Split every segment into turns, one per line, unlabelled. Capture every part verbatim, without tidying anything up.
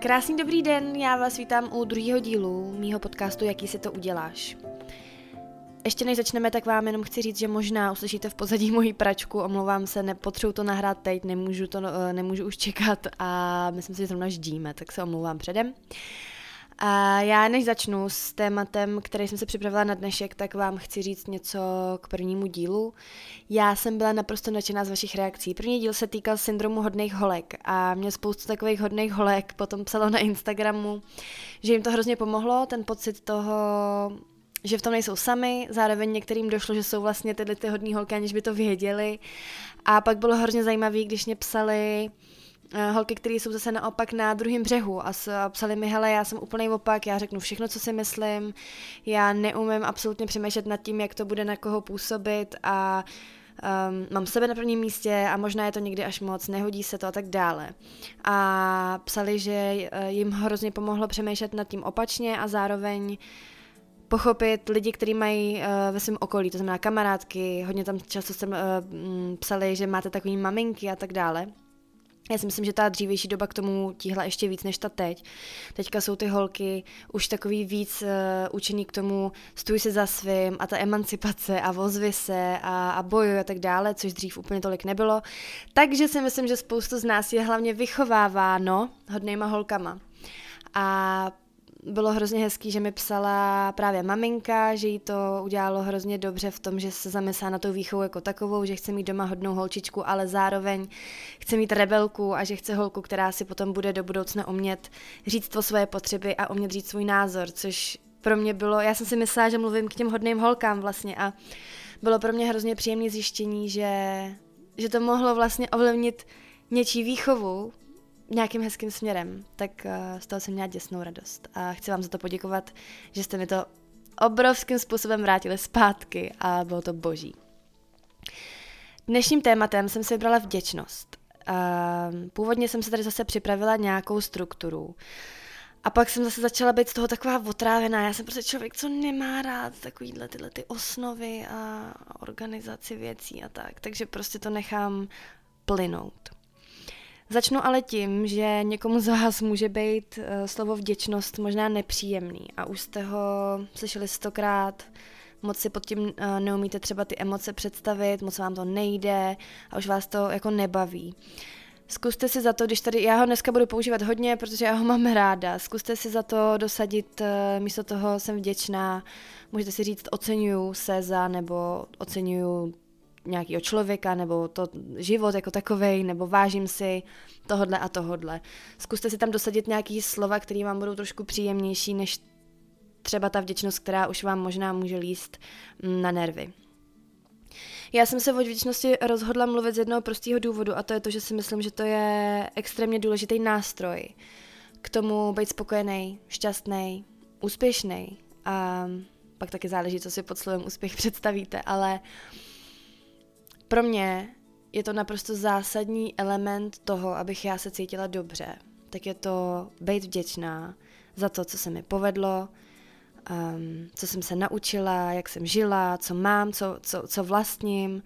Krásný dobrý den, já vás vítám u druhého dílu mýho podcastu Jaký si to uděláš. Ještě než začneme, tak vám jenom chci říct, že možná uslyšíte v pozadí moji pračku, omlouvám se, nepotřebuji to nahrát teď, nemůžu, to, nemůžu už čekat a myslím si, že zrovna ždíme, tak se omlouvám předem. A já než začnu s tématem, který jsem se připravila na dnešek, tak vám chci říct něco k prvnímu dílu. Já jsem byla naprosto nadšená z vašich reakcí. První díl se týkal syndromu hodných holek a mě spoustu takových hodných holek potom psalo na Instagramu, že jim to hrozně pomohlo, ten pocit toho, že v tom nejsou sami, zároveň některým došlo, že jsou vlastně tyhle ty hodný holky, aniž by to věděli. A pak bylo hrozně zajímavé, když mě psali holky, které jsou zase naopak na druhém břehu a psali mi, hele, já jsem úplnej opak, já řeknu všechno, co si myslím, já neumím absolutně přemýšlet nad tím, jak to bude na koho působit a um, mám sebe na prvním místě a možná je to někdy až moc, nehodí se to a tak dále. A psali, že jim hrozně pomohlo přemýšlet nad tím opačně a zároveň pochopit lidi, kteří mají uh, ve svém okolí, to znamená kamarádky, hodně tam často jsem uh, psali, že máte takový maminky a tak dále. Já si myslím, že ta dřívější doba k tomu tíhla ještě víc než ta teď. Teďka jsou ty holky už takový víc uh, učený k tomu stůj si za svým a ta emancipace a ozvi se a, a bojuj a tak dále, což dřív úplně tolik nebylo. Takže si myslím, že spoustu z nás je hlavně vychováváno hodnýma holkama. A bylo hrozně hezký, že mi psala právě maminka, že jí to udělalo hrozně dobře v tom, že se zamyslá na tou výchovu jako takovou, že chce mít doma hodnou holčičku, ale zároveň chce mít rebelku a že chce holku, která si potom bude do budoucna umět říct o svoje potřeby a umět říct svůj názor, což pro mě bylo, já jsem si myslela, že mluvím k těm hodným holkám vlastně a bylo pro mě hrozně příjemné zjištění, že, že to mohlo vlastně ovlivnit něčí výchovu nějakým hezkým směrem, tak z toho jsem měla děsnou radost a chci vám za to poděkovat, že jste mi to obrovským způsobem vrátili zpátky a bylo to boží. Dnešním tématem jsem si vybrala vděčnost. Původně jsem se tady zase připravila nějakou strukturu a pak jsem zase začala být z toho taková otrávená. Já jsem prostě člověk, co nemá rád takovýhle tyhle ty osnovy a organizaci věcí a tak, takže prostě to nechám plynout. Začnu ale tím, že někomu z vás může být uh, slovo vděčnost možná nepříjemný a už jste ho slyšeli stokrát, moc si pod tím uh, neumíte třeba ty emoce představit, moc vám to nejde a už vás to jako nebaví. Zkuste si za to, když tady, já ho dneska budu používat hodně, protože já ho mám ráda, zkuste si za to dosadit, uh, místo toho jsem vděčná, můžete si říct oceňuju se za nebo oceňuju nějakýho člověka, nebo to život jako takovej, nebo vážím si tohodle a tohodle. Zkuste si tam dosadit nějaký slova, které vám budou trošku příjemnější, než třeba ta vděčnost, která už vám možná může líst na nervy. Já jsem se o vděčnosti rozhodla mluvit z jednoho prostého důvodu a to je to, že si myslím, že to je extrémně důležitý nástroj k tomu být spokojený, šťastný, úspěšný. A pak taky záleží, co si pod slovem úspěch představíte, ale pro mě je to naprosto zásadní element toho, abych já se cítila dobře. Tak je to být vděčná za to, co se mi povedlo, um, co jsem se naučila, jak jsem žila, co mám, co, co, co vlastním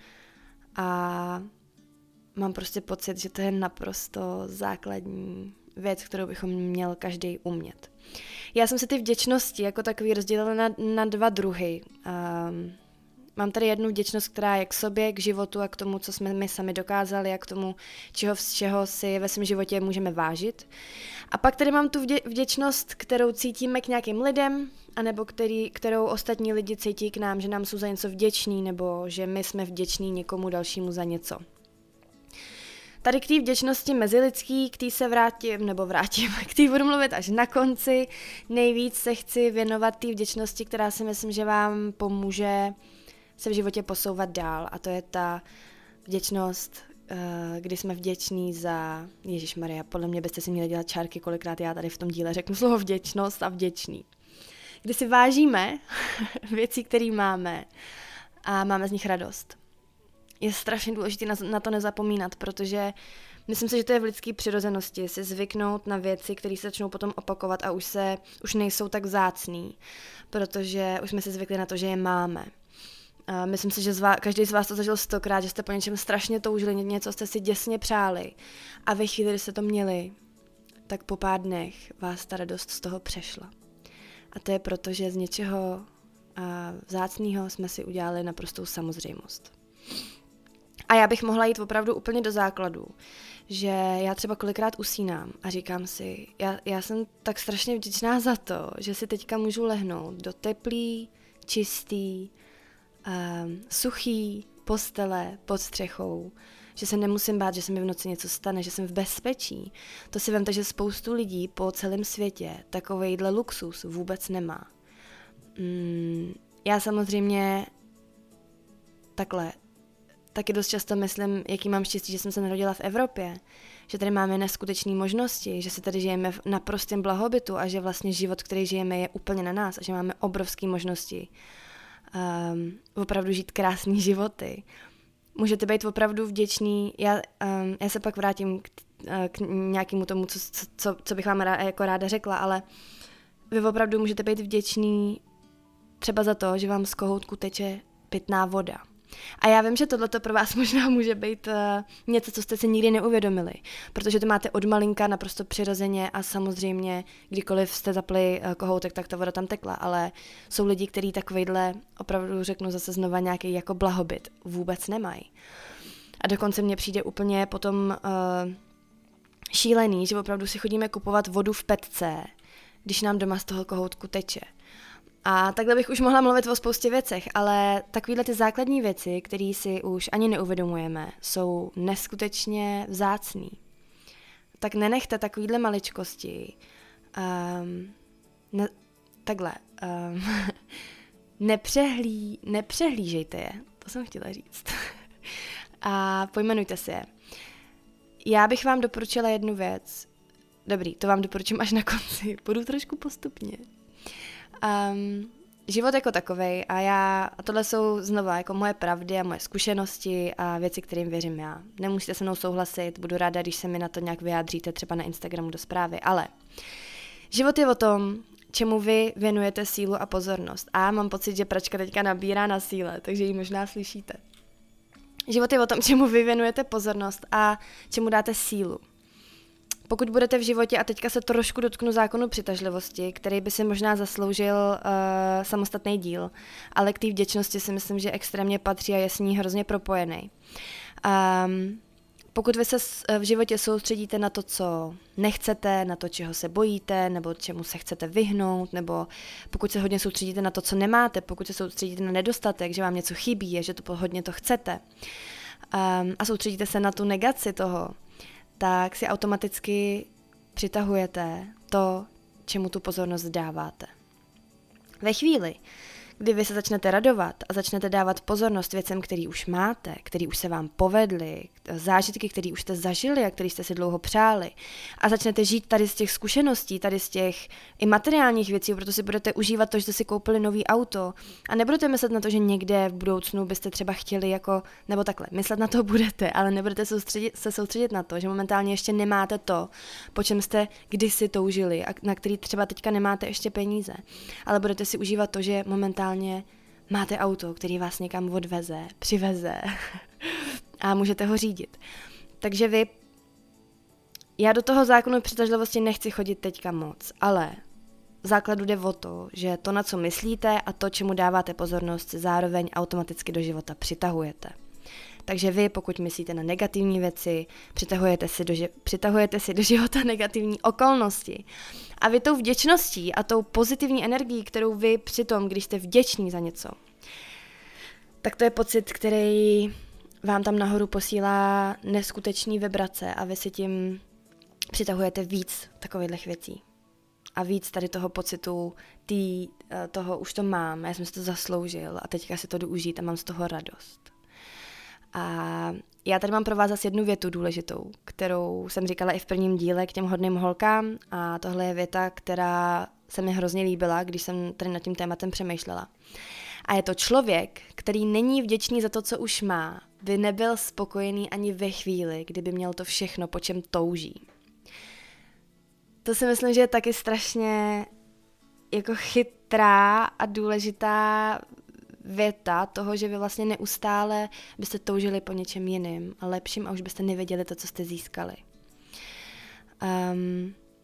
a mám prostě pocit, že to je naprosto základní věc, kterou bychom měl každý umět. Já jsem se ty vděčnosti jako takový rozdělila na, na dva druhy. Um, Mám tady jednu vděčnost, která je k sobě, k životu a k tomu, co jsme my sami dokázali a k tomu, čeho, z čeho si ve svém životě můžeme vážit. A pak tady mám tu vděčnost, kterou cítíme k nějakým lidem, anebo který, kterou ostatní lidi cítí k nám, že nám jsou za něco vděční, nebo že my jsme vděční někomu dalšímu za něco. Tady k té vděčnosti mezilidský, k té se vrátím, nebo vrátím, k té budu mluvit až na konci. Nejvíc se chci věnovat té vděčnosti, která si myslím, že vám pomůže se v životě posouvat dál a to je ta vděčnost, kdy jsme vděční za Ježišmarja. Podle mě byste si měli dělat čárky, kolikrát já tady v tom díle řeknu slovo vděčnost a vděčný. Kdy si vážíme věcí, které máme a máme z nich radost. Je strašně důležité na to nezapomínat, protože myslím si, že to je v lidské přirozenosti, si zvyknout na věci, které se začnou potom opakovat a už, se, už nejsou tak vzácný, protože už jsme si zvykli na to, že je máme. Uh, myslím si, že zvá, každý z vás to zažil stokrát, že jste po něčem strašně toužili, něco jste si děsně přáli a ve chvíli, kdy jste to měli, tak po pár dnech vás ta radost z toho přešla. A to je proto, že z něčeho vzácného jsme si udělali naprostou samozřejmost. A já bych mohla jít opravdu úplně do základu, že já třeba kolikrát usínám a říkám si, já, já jsem tak strašně vděčná za to, že si teďka můžu lehnout do teplý, čistý, um, suchý postele pod střechou, že se nemusím bát, že se mi v noci něco stane, že jsem v bezpečí. To si vemte, že spoustu lidí po celém světě takovejhle luxus vůbec nemá. Mm, já samozřejmě takhle taky dost často myslím, jaký mám štěstí, že jsem se narodila v Evropě, že tady máme neskutečné možnosti, že si tady žijeme v naprostém blahobytu a že vlastně život, který žijeme, je úplně na nás a že máme obrovské možnosti um, opravdu žít krásné životy. Můžete být opravdu vděčný. Já, um, já se pak vrátím k, k nějakému tomu, co, co, co bych vám ráda, jako ráda řekla, ale vy opravdu můžete být vděčný třeba za to, že vám z kohoutku teče pitná voda. A já vím, že tohleto pro vás možná může být uh, něco, co jste si nikdy neuvědomili, protože to máte od malinka naprosto přirozeně a samozřejmě, kdykoliv jste zapli uh, kohoutek, tak ta voda tam tekla, ale jsou lidi, kteří takovejhle, opravdu řeknu zase znova, nějaký jako blahobyt vůbec nemají. A dokonce mně přijde úplně potom uh, šílený, že opravdu si chodíme kupovat vodu v petce, když nám doma z toho kohoutku teče. A takhle bych už mohla mluvit o spoustě věcech, ale takovýhle ty základní věci, které si už ani neuvědomujeme, jsou neskutečně vzácný. Tak nenechte takovýhle maličkosti. Um, ne, takhle. Um, nepřehlí, nepřehlížejte je, to jsem chtěla říct. A pojmenujte si je. Já bych vám doporučila jednu věc. Dobrý, to vám doporučím až na konci. Budu trošku postupně. Um, život jako takovej a já, a tohle jsou znova jako moje pravdy a moje zkušenosti a věci, kterým věřím já. Nemusíte se mnou souhlasit, budu ráda, když se mi na to nějak vyjádříte třeba na Instagramu do zprávy, ale život je o tom, čemu vy věnujete sílu a pozornost. A mám pocit, že pračka teďka nabírá na síle, takže ji možná slyšíte. Život je o tom, čemu vy věnujete pozornost a čemu dáte sílu. Pokud budete v životě, a teďka se trošku dotknu zákonu přitažlivosti, který by si možná zasloužil uh, samostatný díl, ale k té vděčnosti si myslím, že extrémně patří a je s ní hrozně propojený. Um, pokud vy se v životě soustředíte na to, co nechcete, na to, čeho se bojíte, nebo čemu se chcete vyhnout, nebo pokud se hodně soustředíte na to, co nemáte, pokud se soustředíte na nedostatek, že vám něco chybí, že to hodně to chcete, um, a soustředíte se na tu negaci toho, tak si automaticky přitahujete to, čemu tu pozornost dáváte. Ve chvíli, kdy vy se začnete radovat a začnete dávat pozornost věcem, který už máte, který už se vám povedly, zážitky, který už jste zažili a který jste si dlouho přáli, a začnete žít tady z těch zkušeností, tady z těch i materiálních věcí, proto si budete užívat to, že jste si koupili nový auto a nebudete myslet na to, že někde v budoucnu byste třeba chtěli jako, nebo takhle, myslet na to budete, ale nebudete soustředit, se soustředit na to, že momentálně ještě nemáte to, po čem jste kdysi toužili a na který třeba teďka nemáte ještě peníze, ale budete si užívat to, že momentálně máte auto, který vás někam odveze, přiveze a můžete ho řídit. Takže vy, já do toho zákonu přitažlivosti nechci chodit teďka moc, ale v základu jde o to, že to, na co myslíte a to, čemu dáváte pozornost, zároveň automaticky do života přitahujete. Takže vy, pokud myslíte na negativní věci, přitahujete si do, přitahujete si do života negativní okolnosti. A vy tou vděčností a tou pozitivní energií, kterou vy přitom, když jste vděční za něco, tak to je pocit, který vám tam nahoru posílá neskutečný vibrace a vy si tím přitahujete víc takových věcí. A víc tady toho pocitu, tý, toho už to mám, já jsem si to zasloužil a teďka si to jdu užít a mám z toho radost. A já tady mám pro vás zase jednu větu důležitou, kterou jsem říkala i v prvním díle k těm hodným holkám, a tohle je věta, která se mi hrozně líbila, když jsem tady nad tím tématem přemýšlela. A je to: člověk, který není vděčný za to, co už má, by nebyl spokojený ani ve chvíli, kdyby měl to všechno, po čem touží. To si myslím, že je taky strašně jako chytrá a důležitá věta toho, že vy vlastně neustále byste toužili po něčem jiným a lepším a už byste nevěděli to, co jste získali. Um,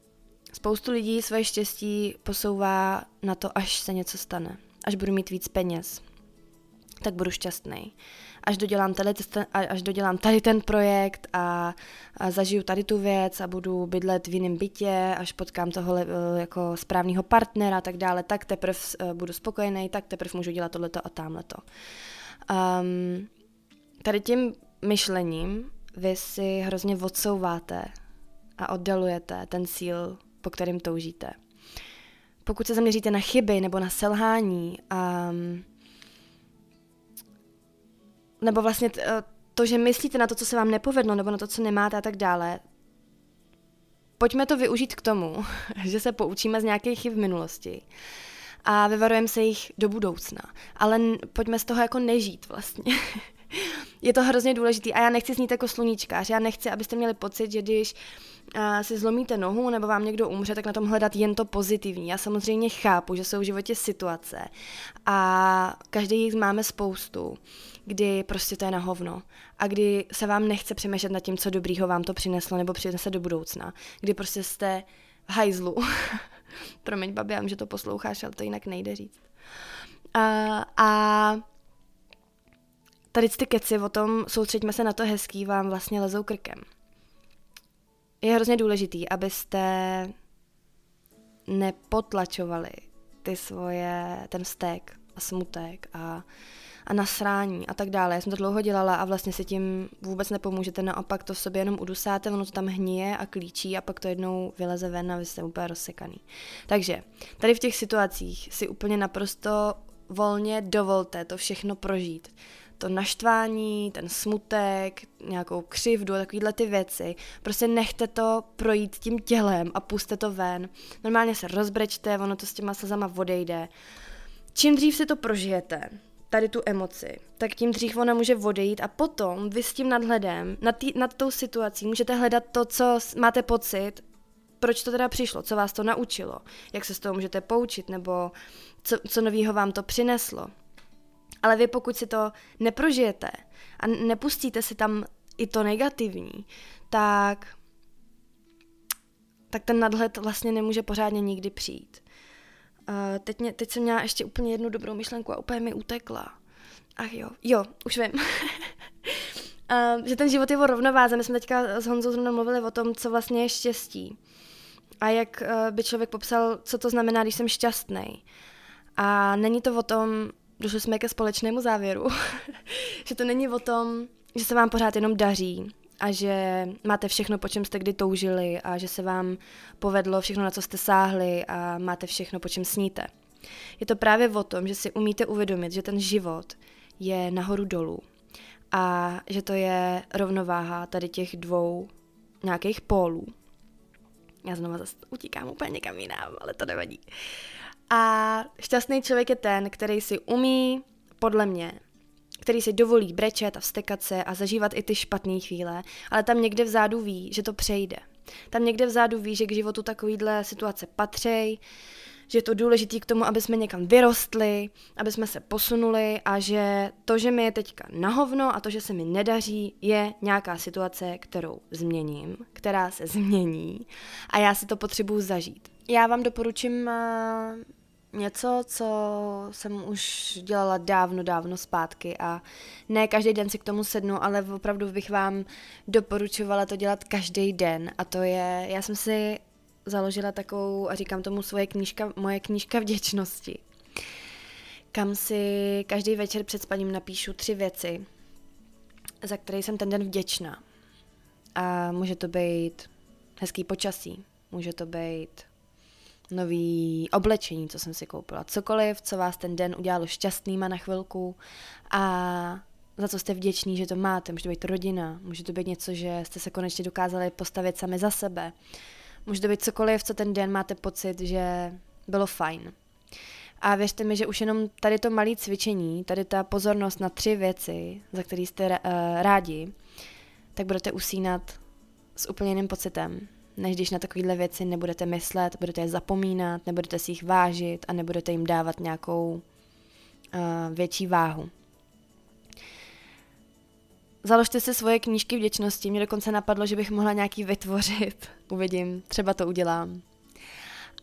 Spoustu lidí svoje štěstí posouvá na to, až se něco stane. Až budu mít víc peněz, tak budu šťastný. Až dodělám tady, až dodělám tady ten projekt a, a zažiju tady tu věc a budu bydlet v jiném bytě, až potkám toho jako správného partnera a tak dále, tak teprve budu spokojený, tak teprve můžu dělat tohleto a tamhleto. Um, tady tím myšlením vy si hrozně odsouváte a oddalujete ten cíl, po kterým toužíte. Pokud se zaměříte na chyby nebo na selhání, um, nebo vlastně t, to, že myslíte na to, co se vám nepovedlo, nebo na to, co nemáte a tak dále, pojďme to využít k tomu, že se poučíme z nějakých chyb v minulosti a vyvarujeme se jich do budoucna. Ale n- pojďme z toho jako nežít vlastně. Je to hrozně důležitý a já nechci znít jako sluníčkář, já nechci, abyste měli pocit, že když uh, si zlomíte nohu nebo vám někdo umře, tak na tom hledat jen to pozitivní. Já samozřejmě chápu, že jsou v životě situace a každý jich máme spoustu, kdy prostě to je na hovno a kdy se vám nechce přemýšlet nad tím, co dobrýho vám to přineslo nebo přinese do budoucna, kdy prostě jste v hajzlu. Promiň, babi, já vím, že to posloucháš, ale to jinak nejde říct. Uh, a tady ty keci o tom, soustřeďme se na to hezký, vám vlastně lezou krkem. Je hrozně důležitý, abyste nepotlačovali ty svoje, ten vztek a smutek a, a nasrání a tak dále. Já jsem to dlouho dělala a vlastně si tím vůbec nepomůžete, naopak to v sobě jenom udusáte, ono to tam hníje a klíčí a pak to jednou vyleze ven a vy jste úplně rozsekaný. Takže tady v těch situacích si úplně naprosto volně dovolte to všechno prožít. To naštvání, ten smutek, nějakou křivdu a takovýhle ty věci. Prostě nechte to projít tím tělem a puste to ven. Normálně se rozbrečte, ono to s těma slzama odejde. Čím dřív si to prožijete, tady tu emoci, tak tím dřív ona může odejít a potom vy s tím nadhledem, nad, tý, nad tou situací můžete hledat to, co máte pocit, proč to teda přišlo, co vás to naučilo, jak se z toho můžete poučit, nebo co, co novýho vám to přineslo. Ale vy pokud si to neprožijete a nepustíte si tam i to negativní, tak, tak ten nadhled vlastně nemůže pořádně nikdy přijít. Uh, teď, mě, teď jsem měla ještě úplně jednu dobrou myšlenku a úplně mi utekla. Ach jo, jo, už vím. uh, že ten život je o rovnováze. My jsme teďka s Honzou zrovna mluvili o tom, co vlastně je štěstí. A jak uh, by člověk popsal, co to znamená, když jsem šťastný. A není to o tom, došli jsme ke společnému závěru, že to není o tom, že se vám pořád jenom daří a že máte všechno, po čem jste kdy toužili a že se vám povedlo všechno, na co jste sáhli a máte všechno, po čem sníte. Je to právě o tom, že si umíte uvědomit, že ten život je nahoru dolů a že to je rovnováha tady těch dvou nějakých pólů. Já znovu zase utíkám úplně někam jinam, ale to nevadí. A šťastný člověk je ten, který si umí, podle mě, který si dovolí brečet a vztekat se a zažívat i ty špatné chvíle, ale tam někde vzadu ví, že to přejde. Tam někde vzadu ví, že k životu takovýhle situace patří, že je to důležitý k tomu, aby jsme někam vyrostli, aby jsme se posunuli a že to, že mi je teďka na hovno a to, že se mi nedaří, je nějaká situace, kterou změním, která se změní a já si to potřebuju zažít. Já vám doporučím něco, co jsem už dělala dávno, dávno zpátky a ne každý den si k tomu sednu, ale opravdu bych vám doporučovala to dělat každý den a to je, já jsem si založila takovou, a říkám tomu svoje knížka, moje knížka vděčnosti, kam si každý večer před spaním napíšu tři věci, za které jsem ten den vděčná. A může to být hezký počasí, může to být nový oblečení, co jsem si koupila, cokoliv, co vás ten den udělalo šťastnýma na chvilku a za co jste vděční, že to máte. Může to být rodina, může to být něco, že jste se konečně dokázali postavit sami za sebe. Může to být cokoliv, co ten den máte pocit, že bylo fajn. A věřte mi, že už jenom tady to malé cvičení, tady ta pozornost na tři věci, za které jste rádi, tak budete usínat s úplně jiným pocitem, než když na takovéhle věci nebudete myslet, budete je zapomínat, nebudete si jich vážit a nebudete jim dávat nějakou uh, větší váhu. Založte si svoje knížky vděčnosti, mě dokonce napadlo, že bych mohla nějaký vytvořit, uvidím, třeba to udělám.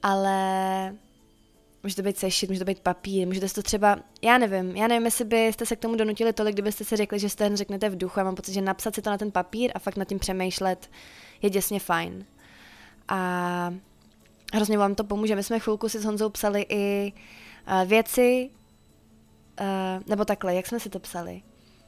ale může to být sešit, může to být papír, můžete si to třeba, já nevím, já nevím, jestli byste se k tomu donutili tolik, kdybyste si řekli, že si to řeknete v duchu. Já mám pocit, že napsat si to na ten papír a fakt nad tím přemýšlet je děsně fajn. A hrozně vám to pomůže. My jsme chvilku si s Honzou psali i uh, věci, uh, nebo takhle, jak jsme si to psali?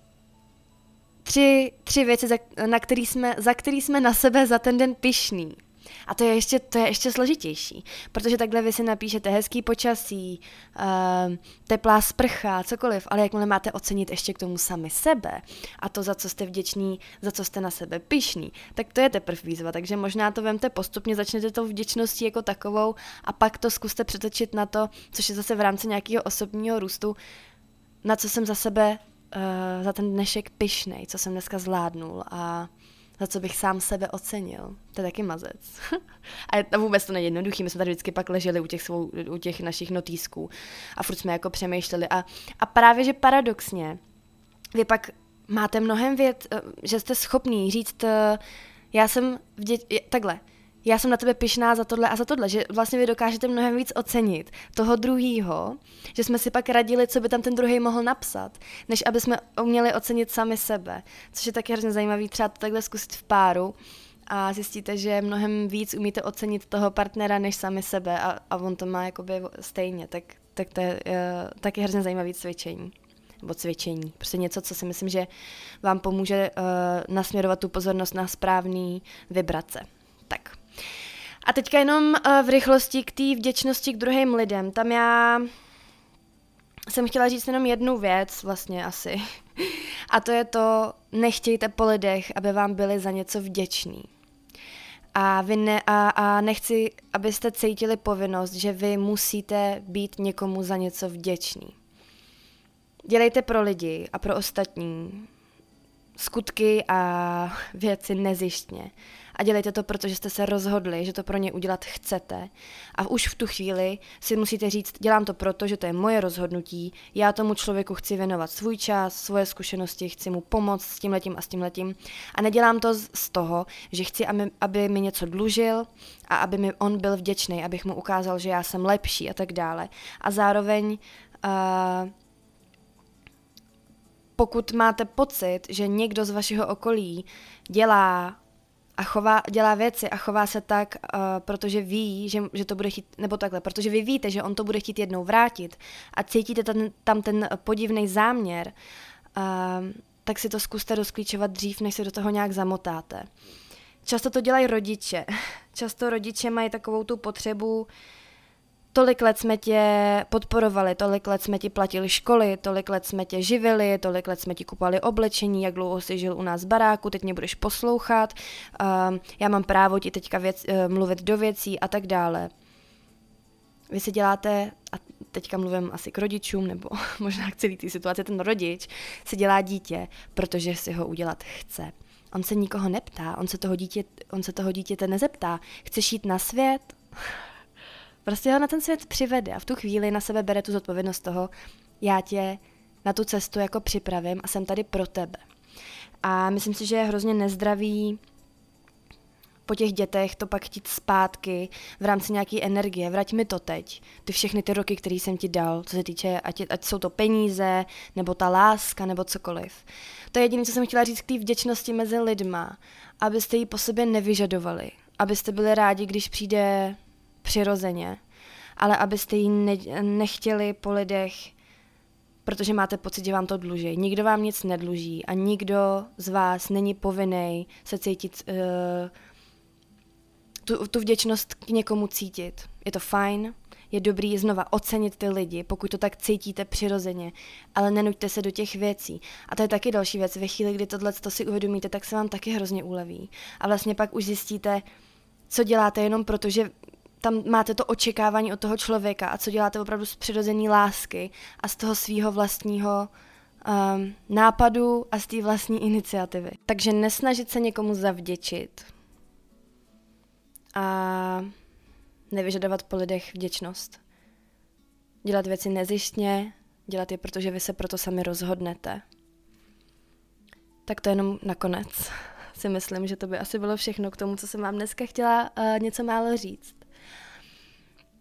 Tři, tři věci, za, na který jsme, za který jsme na sebe za ten den pyšní. A to je ještě, to je ještě složitější, protože takhle vy si napíšete hezký počasí, uh, teplá sprcha, cokoliv, ale jakmile máte ocenit ještě k tomu sami sebe a to, za co jste vděční, za co jste na sebe pyšní, tak to je teprve výzva, takže možná to vemte postupně, začnete tou vděčností jako takovou a pak to zkuste přetočit na to, což je zase v rámci nějakého osobního růstu, na co jsem za sebe uh, za ten dnešek pyšnej, co jsem dneska zvládnul a za co bych sám sebe ocenil. To je taky mazec. A vůbec to není jednoduchý, my jsme tady vždycky pak leželi u těch, svou, u těch našich notýsků a furt jsme jako přemýšleli. A, a právě, že paradoxně, vy pak máte mnohem věc, že jste schopný říct, já jsem vdě- takhle, já jsem na tebe pyšná za tohle a za tohle, že vlastně vy dokážete mnohem víc ocenit toho druhýho, že jsme si pak radili, co by tam ten druhý mohl napsat, než aby jsme uměli ocenit sami sebe, což je taky hrozně zajímavý třeba to takhle zkusit v páru a zjistíte, že mnohem víc umíte ocenit toho partnera, než sami sebe a, a on to má jakoby stejně, tak, tak to je uh, taky hrozně zajímavý cvičení. Nebo cvičení. Prostě něco, co si myslím, že vám pomůže uh, nasměrovat tu pozornost na správný vibrace. Tak. A teďka jenom uh, v rychlosti k té vděčnosti k druhým lidem. Tam já jsem chtěla říct jenom jednu věc vlastně asi. A to je to, nechtějte po lidech, aby vám byli za něco vděční. A, vy ne, a, a nechci, abyste cítili povinnost, že vy musíte být někomu za něco vděční. Dělejte pro lidi a pro ostatní skutky a věci nezištně. A dělejte to, protože jste se rozhodli, že to pro ně udělat chcete. A už v tu chvíli si musíte říct, dělám to proto, že to je moje rozhodnutí, já tomu člověku chci věnovat svůj čas, svoje zkušenosti, chci mu pomoct s tímhletím a s tímhletím. A nedělám to z toho, že chci, aby, aby mi něco dlužil a aby mi on byl vděčný, abych mu ukázal, že já jsem lepší a tak dále. A zároveň Uh, pokud máte pocit, že někdo z vašeho okolí dělá a chová, dělá věci a chová se tak, uh, protože ví, že, že to bude chtít, nebo takhle, protože vy víte, že on to bude chtít jednou vrátit a cítíte ten, tam ten podivný záměr, uh, tak si to zkuste rozklíčovat dřív, než se do toho nějak zamotáte. Často to dělají rodiče. Často rodiče mají takovou tu potřebu, tolik let jsme tě podporovali, tolik let jsme ti platili školy, tolik let jsme tě živili, tolik let jsme ti kupovali oblečení, jak dlouho jsi žil u nás v baráku, teď mě budeš poslouchat, um, já mám právo ti teďka věc, uh, mluvit do věcí a tak dále. Vy si děláte, a teďka mluvím asi k rodičům, nebo možná k celý té situaci, ten rodič si dělá dítě, protože si ho udělat chce. On se nikoho neptá, on se toho, dítě, on se toho dítěte nezeptá. Chceš jít na svět? Prostě ho na ten svět přivede a v tu chvíli na sebe bere tu zodpovědnost toho, já tě na tu cestu jako připravím a jsem tady pro tebe. A myslím si, že je hrozně nezdravý po těch dětech to pak chtít zpátky v rámci nějaké energie. Vrať mi to teď. Ty všechny ty roky, které jsem ti dal, co se týče, ať, ať jsou to peníze, nebo ta láska, nebo cokoliv. To je jediné, co jsem chtěla říct k té vděčnosti mezi lidma, abyste ji po sobě nevyžadovali. Abyste byli rádi, když přijde přirozeně, ale abyste ji ne- nechtěli po lidech, protože máte pocit, že vám to dluží. Nikdo vám nic nedluží a nikdo z vás není povinnej se cítit, uh, tu, tu vděčnost k někomu cítit. Je to fajn, je dobrý znova ocenit ty lidi, pokud to tak cítíte přirozeně, ale nenuďte se do těch věcí. A to je taky další věc. Ve chvíli, kdy tohle to si uvědomíte, tak se vám taky hrozně uleví. A vlastně pak už zjistíte, co děláte jenom proto, že tam máte to očekávání od toho člověka a co děláte opravdu z přirozené lásky a z toho svýho vlastního um, nápadu a z té vlastní iniciativy. Takže nesnažit se někomu zavděčit a nevyžadovat po lidech vděčnost. Dělat věci nezištně, dělat je, protože vy se proto sami rozhodnete. Tak to jenom nakonec si myslím, že to by asi bylo všechno k tomu, co jsem vám dneska chtěla uh, něco málo říct.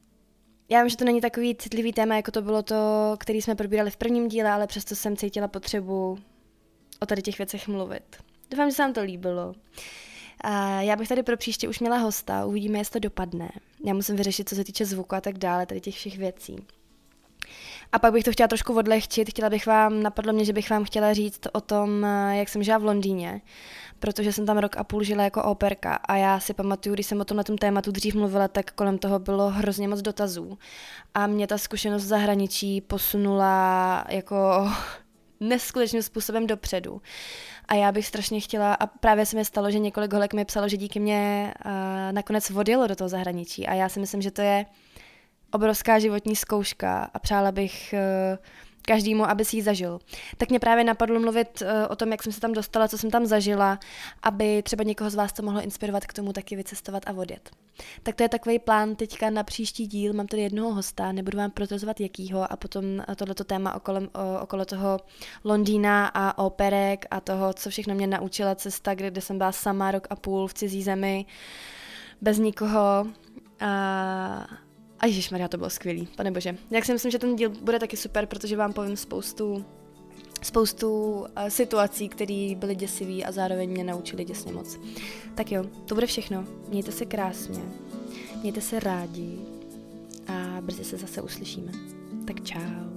Já vím, že to není takový citlivý téma, jako to bylo to, který jsme probírali v prvním díle, ale přesto jsem cítila potřebu o tady těch věcech mluvit. Doufám, že se vám to líbilo. A já bych tady pro příště už měla hosta, uvidíme, jestli to dopadne. Já musím vyřešit, co se týče zvuku a tak dále, tady těch všech věcí. A pak bych to chtěla trošku odlehčit, chtěla bych vám, napadlo mě, že bych vám chtěla říct o tom, jak jsem žila v Londýně, protože jsem tam rok a půl žila jako operka a já si pamatuju, když jsem o tomhle tématu dřív mluvila, tak kolem toho bylo hrozně moc dotazů a mě ta zkušenost v zahraničí posunula jako neskutečným způsobem dopředu. A já bych strašně chtěla, a právě se mi stalo, že několik holek mi psalo, že díky mě uh, nakonec odjelo do toho zahraničí a já si myslím, že to je obrovská životní zkouška a přála bych uh, každému, aby si ji zažil. Tak mě právě napadlo mluvit uh, o tom, jak jsem se tam dostala, co jsem tam zažila, aby třeba někoho z vás to mohlo inspirovat k tomu taky vycestovat a odjet. Tak to je takový plán teďka na příští díl. Mám tady jednoho hosta, nebudu vám protazovat jakýho, a potom tohleto téma okolo, okolo toho Londýna a operek a toho, co všechno mě naučila cesta, kde jsem byla sama rok a půl v cizí zemi, bez nikoho. A A ježišmarja, to bylo skvělý, panebože. Jak si myslím, že ten díl bude taky super, protože vám povím spoustu, spoustu uh, situací, které byly děsivý a zároveň mě naučily děsně moc. Tak jo, to bude všechno. Mějte se krásně, mějte se rádi a brzy se zase uslyšíme. Tak čau.